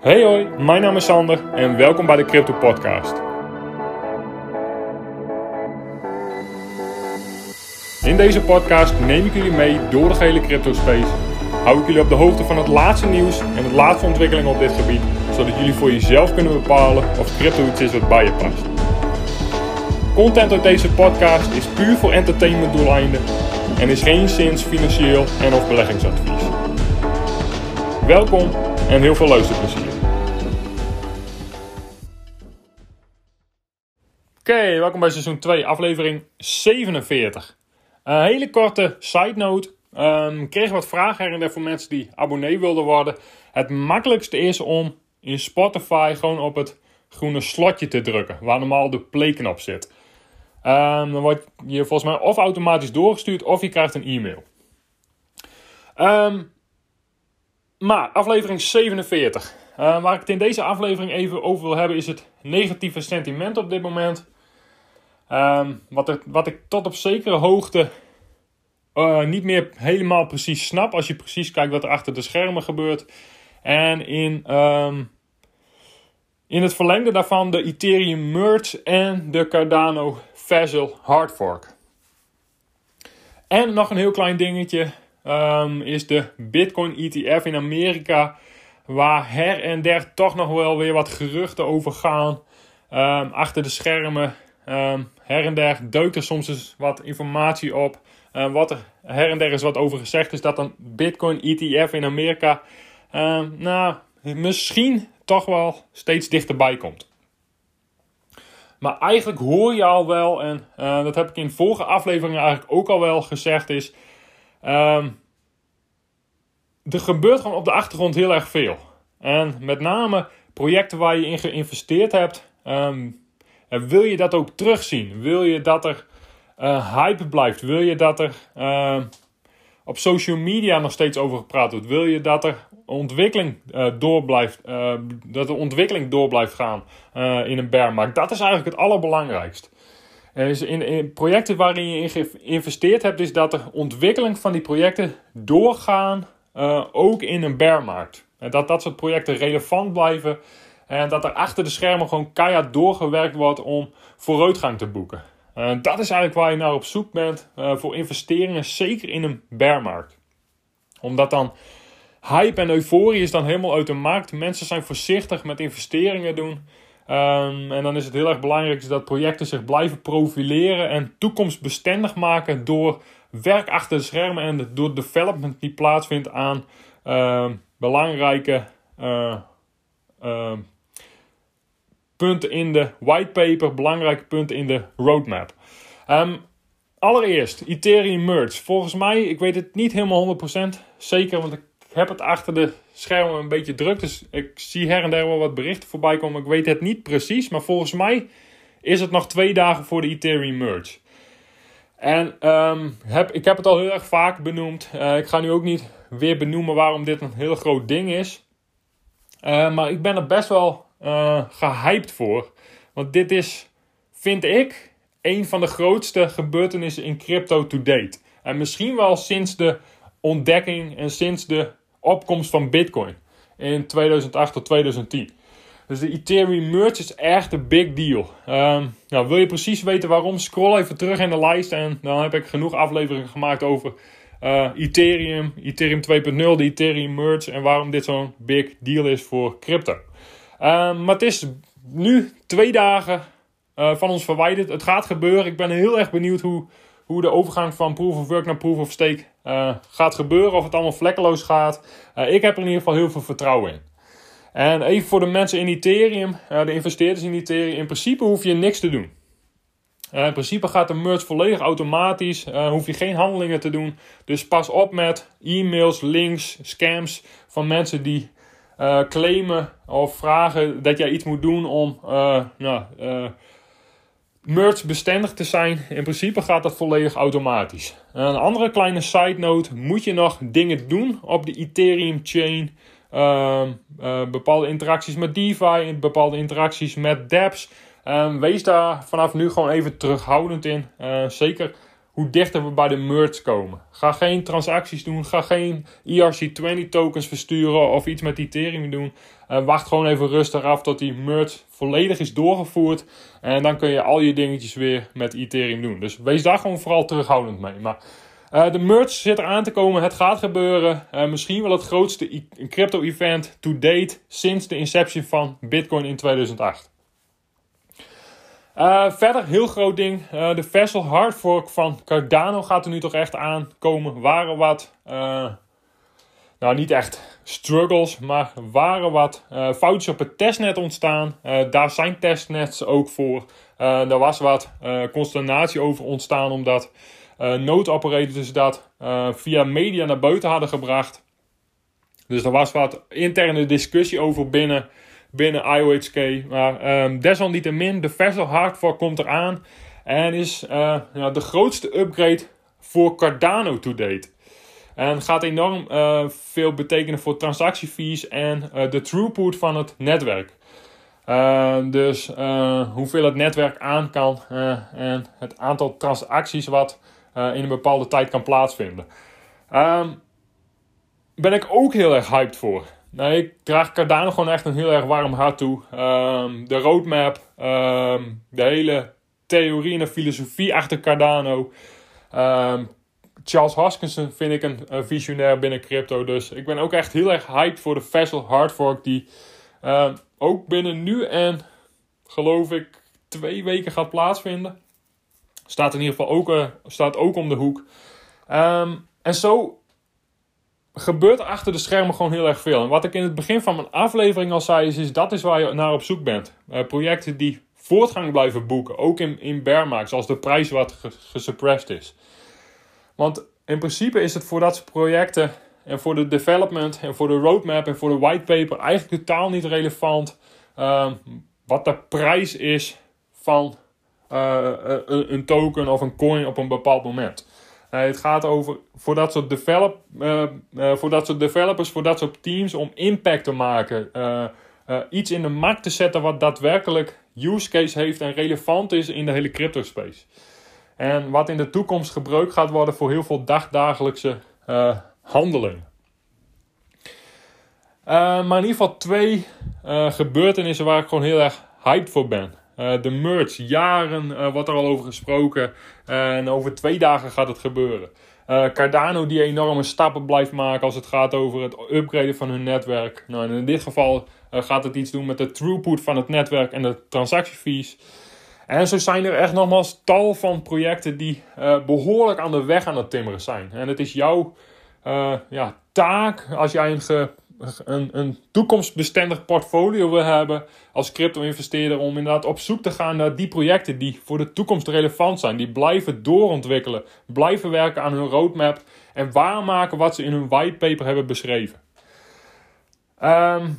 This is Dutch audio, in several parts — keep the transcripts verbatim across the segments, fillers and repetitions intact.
Hey hoi, mijn naam is Sander en welkom bij de Crypto Podcast. In deze podcast neem ik jullie mee door de gehele crypto space. Hou ik jullie op de hoogte van het laatste nieuws en de laatste ontwikkelingen op dit gebied, zodat jullie voor jezelf kunnen bepalen of crypto iets is wat bij je past. Content uit deze podcast is puur voor entertainment doeleinden en is geen zins financieel en of beleggingsadvies. Welkom en heel veel luisterplezier. Oké, okay, welkom bij seizoen twee, aflevering zevenenveertig. Een hele korte side note. Um, ik kreeg wat vragen her en der voor mensen die abonnee wilden worden. Het makkelijkste is om in Spotify gewoon op het groene slotje te drukken, waar normaal de play-knop zit. Um, dan word je volgens mij of automatisch doorgestuurd of je krijgt een e-mail. Um, maar, aflevering zevenenveertig. Uh, waar ik het in deze aflevering even over wil hebben is het negatieve sentiment op dit moment. Um, wat, er, wat ik tot op zekere hoogte uh, niet meer helemaal precies snap. Als je precies kijkt wat er achter de schermen gebeurt. En in, um, in het verlengde daarvan de Ethereum merge en de Cardano Vasil hard fork. En nog een heel klein dingetje um, is de Bitcoin E T F in Amerika. Waar her en der toch nog wel weer wat geruchten over gaan. Um, achter de schermen. Um, her en der duikt er soms eens wat informatie op. Uh, wat er her en der is wat over gezegd is dat een Bitcoin E T F in Amerika um, nou, misschien toch wel steeds dichterbij komt. Maar eigenlijk hoor je al wel, en uh, dat heb ik in vorige afleveringen eigenlijk ook al wel gezegd, is Um, er gebeurt gewoon op de achtergrond heel erg veel. En met name projecten waar je in geïnvesteerd hebt, um, wil je dat ook terugzien? Wil je dat er uh, hype blijft? Wil je dat er uh, op social media nog steeds over gepraat wordt? Wil je dat er ontwikkeling uh, door blijft, uh, dat de ontwikkeling door blijft gaan uh, in een bearmarkt? Dat is eigenlijk het allerbelangrijkst. Dus in, in projecten waarin je in geïnvesteerd hebt, is dat de ontwikkeling van die projecten doorgaan, uh, ook in een bearmarkt. En dat dat soort projecten relevant blijven en dat er achter de schermen gewoon keihard doorgewerkt wordt om vooruitgang te boeken. Uh, dat is eigenlijk waar je naar op zoek bent uh, voor investeringen, zeker in een bearmarkt. Omdat dan hype en euforie is dan helemaal uit de markt. Mensen zijn voorzichtig met investeringen doen. Um, en dan is het heel erg belangrijk dat projecten zich blijven profileren en toekomstbestendig maken door werk achter de schermen en door development die plaatsvindt aan uh, belangrijke uh, uh, punten in de whitepaper, belangrijke punten in de roadmap. Um, allereerst, Ethereum merge. Volgens mij, ik weet het niet helemaal honderd procent zeker, want ik heb het achter de schermen een beetje druk. Dus ik zie her en der wel wat berichten voorbij komen. Ik weet het niet precies. Maar volgens mij is het nog twee dagen voor de Ethereum merge. En um, heb, ik heb het al heel erg vaak benoemd. Uh, ik ga nu ook niet weer benoemen waarom dit een heel groot ding is. Uh, maar ik ben er best wel uh, gehyped voor. Want dit is, vind ik, een van de grootste gebeurtenissen in crypto to date. En misschien wel sinds de ontdekking en sinds de opkomst van Bitcoin in tweeduizend acht tot tweeduizend tien. Dus de Ethereum merge is echt een big deal. Um, nou, wil je precies weten waarom? Scroll even terug in de lijst en dan heb ik genoeg afleveringen gemaakt over uh, Ethereum, Ethereum twee punt nul, de Ethereum merge en waarom dit zo'n big deal is voor crypto. Um, maar het is nu twee dagen uh, van ons verwijderd. Het gaat gebeuren. Ik ben heel erg benieuwd hoe Hoe de overgang van Proof of Work naar Proof of Stake uh, gaat gebeuren. Of het allemaal vlekkeloos gaat. Uh, ik heb er in ieder geval heel veel vertrouwen in. En even voor de mensen in Ethereum. Uh, de investeerders in Ethereum. In principe hoef je niks te doen. Uh, in principe gaat de merge volledig automatisch. Uh, hoef je geen handelingen te doen. Dus pas op met e-mails, links, scams van mensen die uh, claimen of vragen dat jij iets moet doen om Uh, nou, uh, merge bestendig te zijn. In principe gaat dat volledig automatisch. Een andere kleine side note. Moet je nog dingen doen op de Ethereum chain? Uh, uh, bepaalde interacties met DeFi. Bepaalde interacties met dApps. Uh, wees daar vanaf nu gewoon even terughoudend in. Uh, zeker hoe dichter we bij de merge komen. Ga geen transacties doen. Ga geen E R C twintig tokens versturen of iets met Ethereum doen. Uh, wacht gewoon even rustig af tot die merge volledig is doorgevoerd. En dan kun je al je dingetjes weer met Ethereum doen. Dus wees daar gewoon vooral terughoudend mee. Maar uh, de merge zit er aan te komen. Het gaat gebeuren. Uh, misschien wel het grootste e- crypto-event to date sinds de inception van Bitcoin in tweeduizend acht. Uh, verder, heel groot ding. Uh, de Vessel hard fork van Cardano gaat er nu toch echt aankomen. Waren wat, uh, nou niet echt struggles, maar waren wat uh, foutjes op het testnet ontstaan. Uh, daar zijn testnets ook voor. Uh, er was wat uh, consternatie over ontstaan omdat uh, node operators dat uh, via media naar buiten hadden gebracht. Dus er was wat interne discussie over binnen... binnen I O H K. Maar um, desalniettemin, de Vessel hard fork komt eraan. En is uh, ja, de grootste upgrade voor Cardano to date. En gaat enorm uh, veel betekenen voor transactiefees en uh, de throughput van het netwerk. Uh, dus uh, hoeveel het netwerk aan kan uh, en het aantal transacties wat uh, in een bepaalde tijd kan plaatsvinden. Um, ben ik ook heel erg hyped voor. Nee, ik draag Cardano gewoon echt een heel erg warm hart toe. Um, de roadmap, um, de hele theorie en de filosofie achter Cardano. Um, Charles Hoskinson vind ik een, een visionair binnen crypto. Dus ik ben ook echt heel erg hyped voor de Vessel hard fork die uh, ook binnen nu en geloof ik twee weken gaat plaatsvinden. Staat in ieder geval ook, uh, staat ook om de hoek. Um, en zo gebeurt er achter de schermen gewoon heel erg veel. En wat ik in het begin van mijn aflevering al zei is, is dat is waar je naar op zoek bent. Uh, projecten die voortgang blijven boeken, ook in, in bear markets, als de prijs wat gesuppressed is. Want in principe is het voor dat soort projecten en voor de development en voor de roadmap en voor de whitepaper eigenlijk totaal niet relevant uh, wat de prijs is van uh, een, een token of een coin op een bepaald moment. Uh, het gaat over voor dat soort develop, uh, uh, voor dat soort developers, voor dat soort teams om impact te maken. Uh, uh, iets in de markt te zetten wat daadwerkelijk use case heeft en relevant is in de hele crypto space. En wat in de toekomst gebruikt gaat worden voor heel veel dagdagelijkse uh, handelingen. Uh, maar in ieder geval twee uh, gebeurtenissen waar ik gewoon heel erg hyped voor ben. Uh, de merge, jaren uh, wordt er al over gesproken. Uh, en over twee dagen gaat het gebeuren. Uh, Cardano die enorme stappen blijft maken als het gaat over het upgraden van hun netwerk. Nou, en in dit geval uh, gaat het iets doen met de throughput van het netwerk en de transactiefees. En zo zijn er echt nogmaals tal van projecten die uh, behoorlijk aan de weg aan het timmeren zijn. En het is jouw uh, ja, taak als jij een, ge, een, een toekomstbestendig portfolio wil hebben als crypto-investeerder om inderdaad op zoek te gaan naar die projecten die voor de toekomst relevant zijn. Die blijven doorontwikkelen, blijven werken aan hun roadmap en waarmaken wat ze in hun whitepaper hebben beschreven. Um,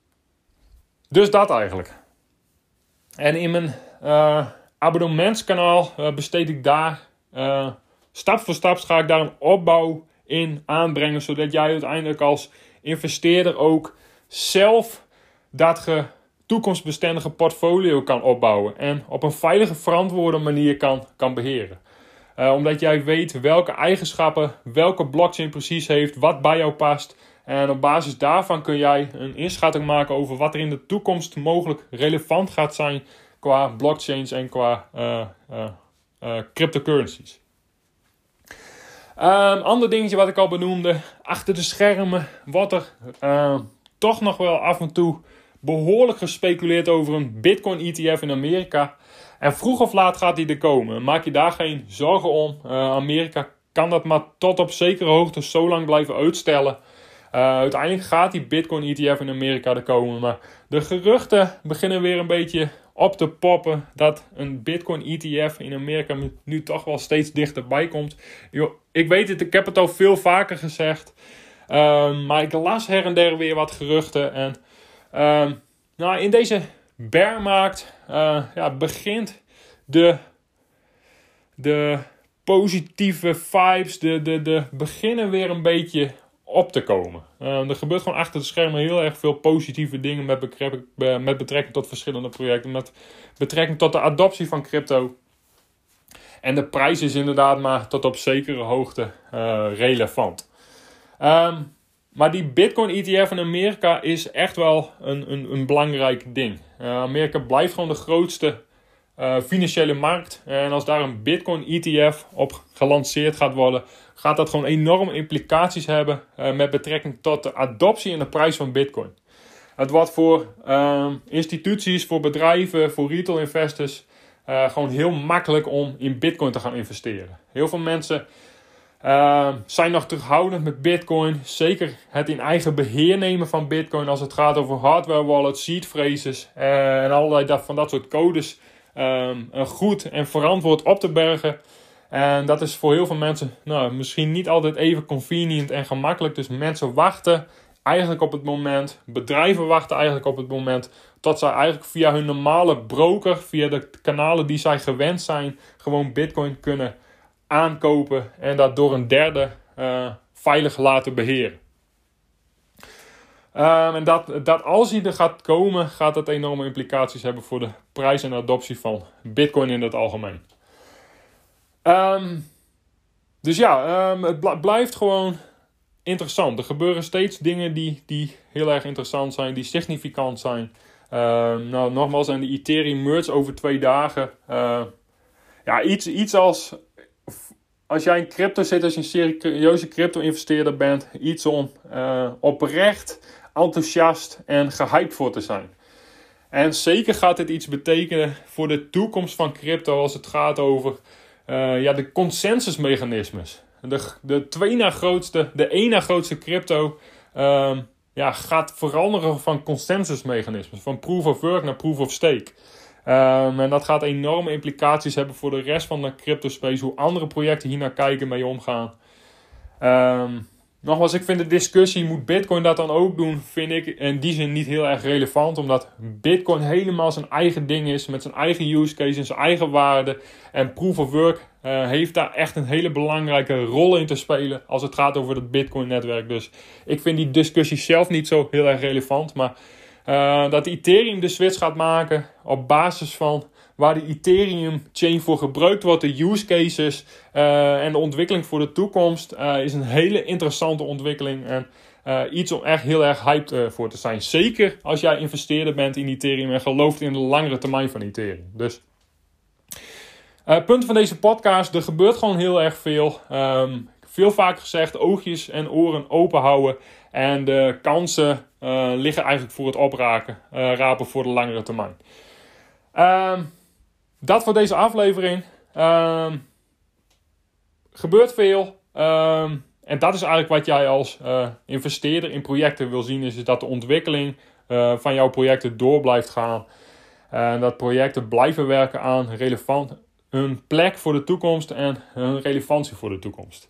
dus dat eigenlijk. En in mijn uh, abonnementskanaal uh, besteed ik daar uh, stap voor stap ga ik daar een opbouw in aanbrengen, zodat jij uiteindelijk als investeerder ook zelf dat ge toekomstbestendige portfolio kan opbouwen en op een veilige, verantwoorde manier kan, kan beheren. Uh, omdat jij weet welke eigenschappen, welke blockchain precies heeft, wat bij jou past. En op basis daarvan kun jij een inschatting maken over wat er in de toekomst mogelijk relevant gaat zijn qua blockchains en qua uh, uh, uh, cryptocurrencies. Een um, ander dingetje wat ik al benoemde, achter de schermen wordt er uh, toch nog wel af en toe behoorlijk gespeculeerd over een Bitcoin E T F in Amerika. En vroeg of laat gaat die er komen. Maak je daar geen zorgen om. Uh, Amerika kan dat maar tot op zekere hoogte zo lang blijven uitstellen. Uh, uiteindelijk gaat die Bitcoin E T F in Amerika er komen. Maar de geruchten beginnen weer een beetje op te poppen dat een Bitcoin E T F in Amerika nu toch wel steeds dichterbij komt. Yo, ik weet het, ik heb het al veel vaker gezegd. Uh, maar ik las her en der weer wat geruchten. En uh, nou, in deze bearmarkt uh, ja, begint de, de positieve vibes, de, de, de beginnen weer een beetje op te komen. Uh, er gebeurt gewoon achter de schermen heel erg veel positieve dingen met, bekrep, met betrekking tot verschillende projecten, met betrekking tot de adoptie van crypto. En de prijs is inderdaad maar tot op zekere hoogte uh, relevant. Um, maar die Bitcoin E T F in Amerika is echt wel een, een, een belangrijk ding. Uh, Amerika blijft gewoon de grootste uh, financiële markt. En als daar een Bitcoin E T F op gelanceerd gaat worden, gaat dat gewoon enorme implicaties hebben uh, met betrekking tot de adoptie en de prijs van Bitcoin. Het wordt voor uh, instituties, voor bedrijven, voor retail investors uh, gewoon heel makkelijk om in Bitcoin te gaan investeren. Heel veel mensen uh, zijn nog terughoudend met Bitcoin. Zeker het in eigen beheer nemen van Bitcoin als het gaat over hardware wallets, seed phrases uh, en allerlei dat, van dat soort codes um, goed en verantwoord op te bergen. En dat is voor heel veel mensen nou, misschien niet altijd even convenient en gemakkelijk. Dus mensen wachten eigenlijk op het moment, bedrijven wachten eigenlijk op het moment tot zij eigenlijk via hun normale broker, via de kanalen die zij gewend zijn, gewoon Bitcoin kunnen aankopen en dat door een derde uh, veilig laten beheren. Um, en dat, dat als hij er gaat komen, gaat dat enorme implicaties hebben voor de prijs en adoptie van Bitcoin in het algemeen. Um, dus ja, um, het bl- blijft gewoon interessant. Er gebeuren steeds dingen die, die heel erg interessant zijn, die significant zijn. Uh, nou, nogmaals, aan de Ethereum merge over twee dagen. Uh, ja, iets, iets als, als jij in crypto zit, als je een serieuze crypto-investeerder bent, iets om uh, oprecht enthousiast en gehyped voor te zijn. En zeker gaat dit iets betekenen voor de toekomst van crypto als het gaat over uh, ja, de consensusmechanismes. De, de twee na grootste, de één na grootste crypto uh, ja, gaat veranderen van consensusmechanismes. Van proof of work naar proof of stake. Um, en dat gaat enorme implicaties hebben voor de rest van de crypto space. Hoe andere projecten hier naar kijken, mee omgaan. Um, nogmaals, ik vind de discussie, moet Bitcoin dat dan ook doen, vind ik in die zin niet heel erg relevant. Omdat Bitcoin helemaal zijn eigen ding is, met zijn eigen use case en zijn eigen waarde. En proof of work uh, heeft daar echt een hele belangrijke rol in te spelen als het gaat over het Bitcoin netwerk. Dus ik vind die discussie zelf niet zo heel erg relevant. Maar uh, dat Ethereum de switch gaat maken op basis van waar de Ethereum-chain voor gebruikt wordt, de use cases uh, en de ontwikkeling voor de toekomst, uh, is een hele interessante ontwikkeling. En uh, iets om echt heel erg hyped uh, voor te zijn. Zeker als jij investeerder bent in Ethereum en gelooft in de langere termijn van Ethereum. Dus uh, punt van deze podcast, er gebeurt gewoon heel erg veel. Um, veel vaker gezegd, oogjes en oren open houden. En de kansen uh, liggen eigenlijk voor het opraken, uh, rapen voor de langere termijn. Um, Dat voor deze aflevering. Um, gebeurt veel. Um, en dat is eigenlijk wat jij als uh, investeerder in projecten wil zien. Is, is dat de ontwikkeling uh, van jouw projecten door blijft gaan. En uh, dat projecten blijven werken aan relevant, hun plek voor de toekomst en hun relevantie voor de toekomst.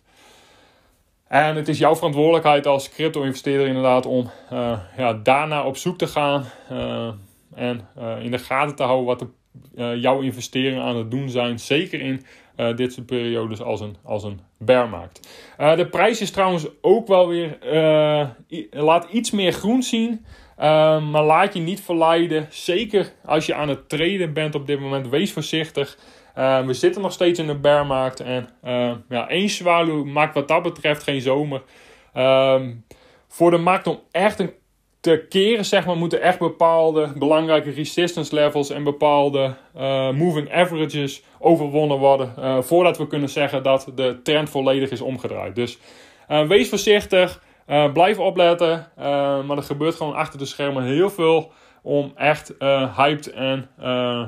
En het is jouw verantwoordelijkheid als crypto-investeerder inderdaad om uh, ja, daarna op zoek te gaan. Uh, en uh, in de gaten te houden wat de Uh, jouw investeringen aan het doen zijn. Zeker in uh, dit soort periodes als een, als een bearmarkt. Uh, de prijs is trouwens ook wel weer Uh, i- laat iets meer groen zien. Uh, maar laat je niet verleiden. Zeker als je aan het traden bent op dit moment. Wees voorzichtig. Uh, we zitten nog steeds in een bearmarkt. En uh, ja, één zwaluw maakt wat dat betreft geen zomer. Uh, voor de markt om echt een te keren, zeg maar, moeten echt bepaalde belangrijke resistance levels en bepaalde uh, moving averages overwonnen worden. Uh, voordat we kunnen zeggen dat de trend volledig is omgedraaid. Dus uh, wees voorzichtig, uh, blijf opletten. Uh, maar er gebeurt gewoon achter de schermen heel veel om echt uh, hyped en uh,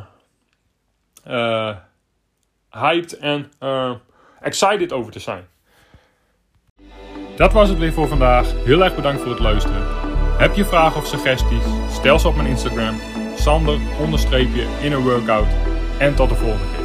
uh, hyped en uh, excited over te zijn. Dat was het weer voor vandaag. Heel erg bedankt voor het luisteren. Heb je vragen of suggesties? Stel ze op mijn Instagram. Sander onderstreepje in een workout. En tot de volgende keer.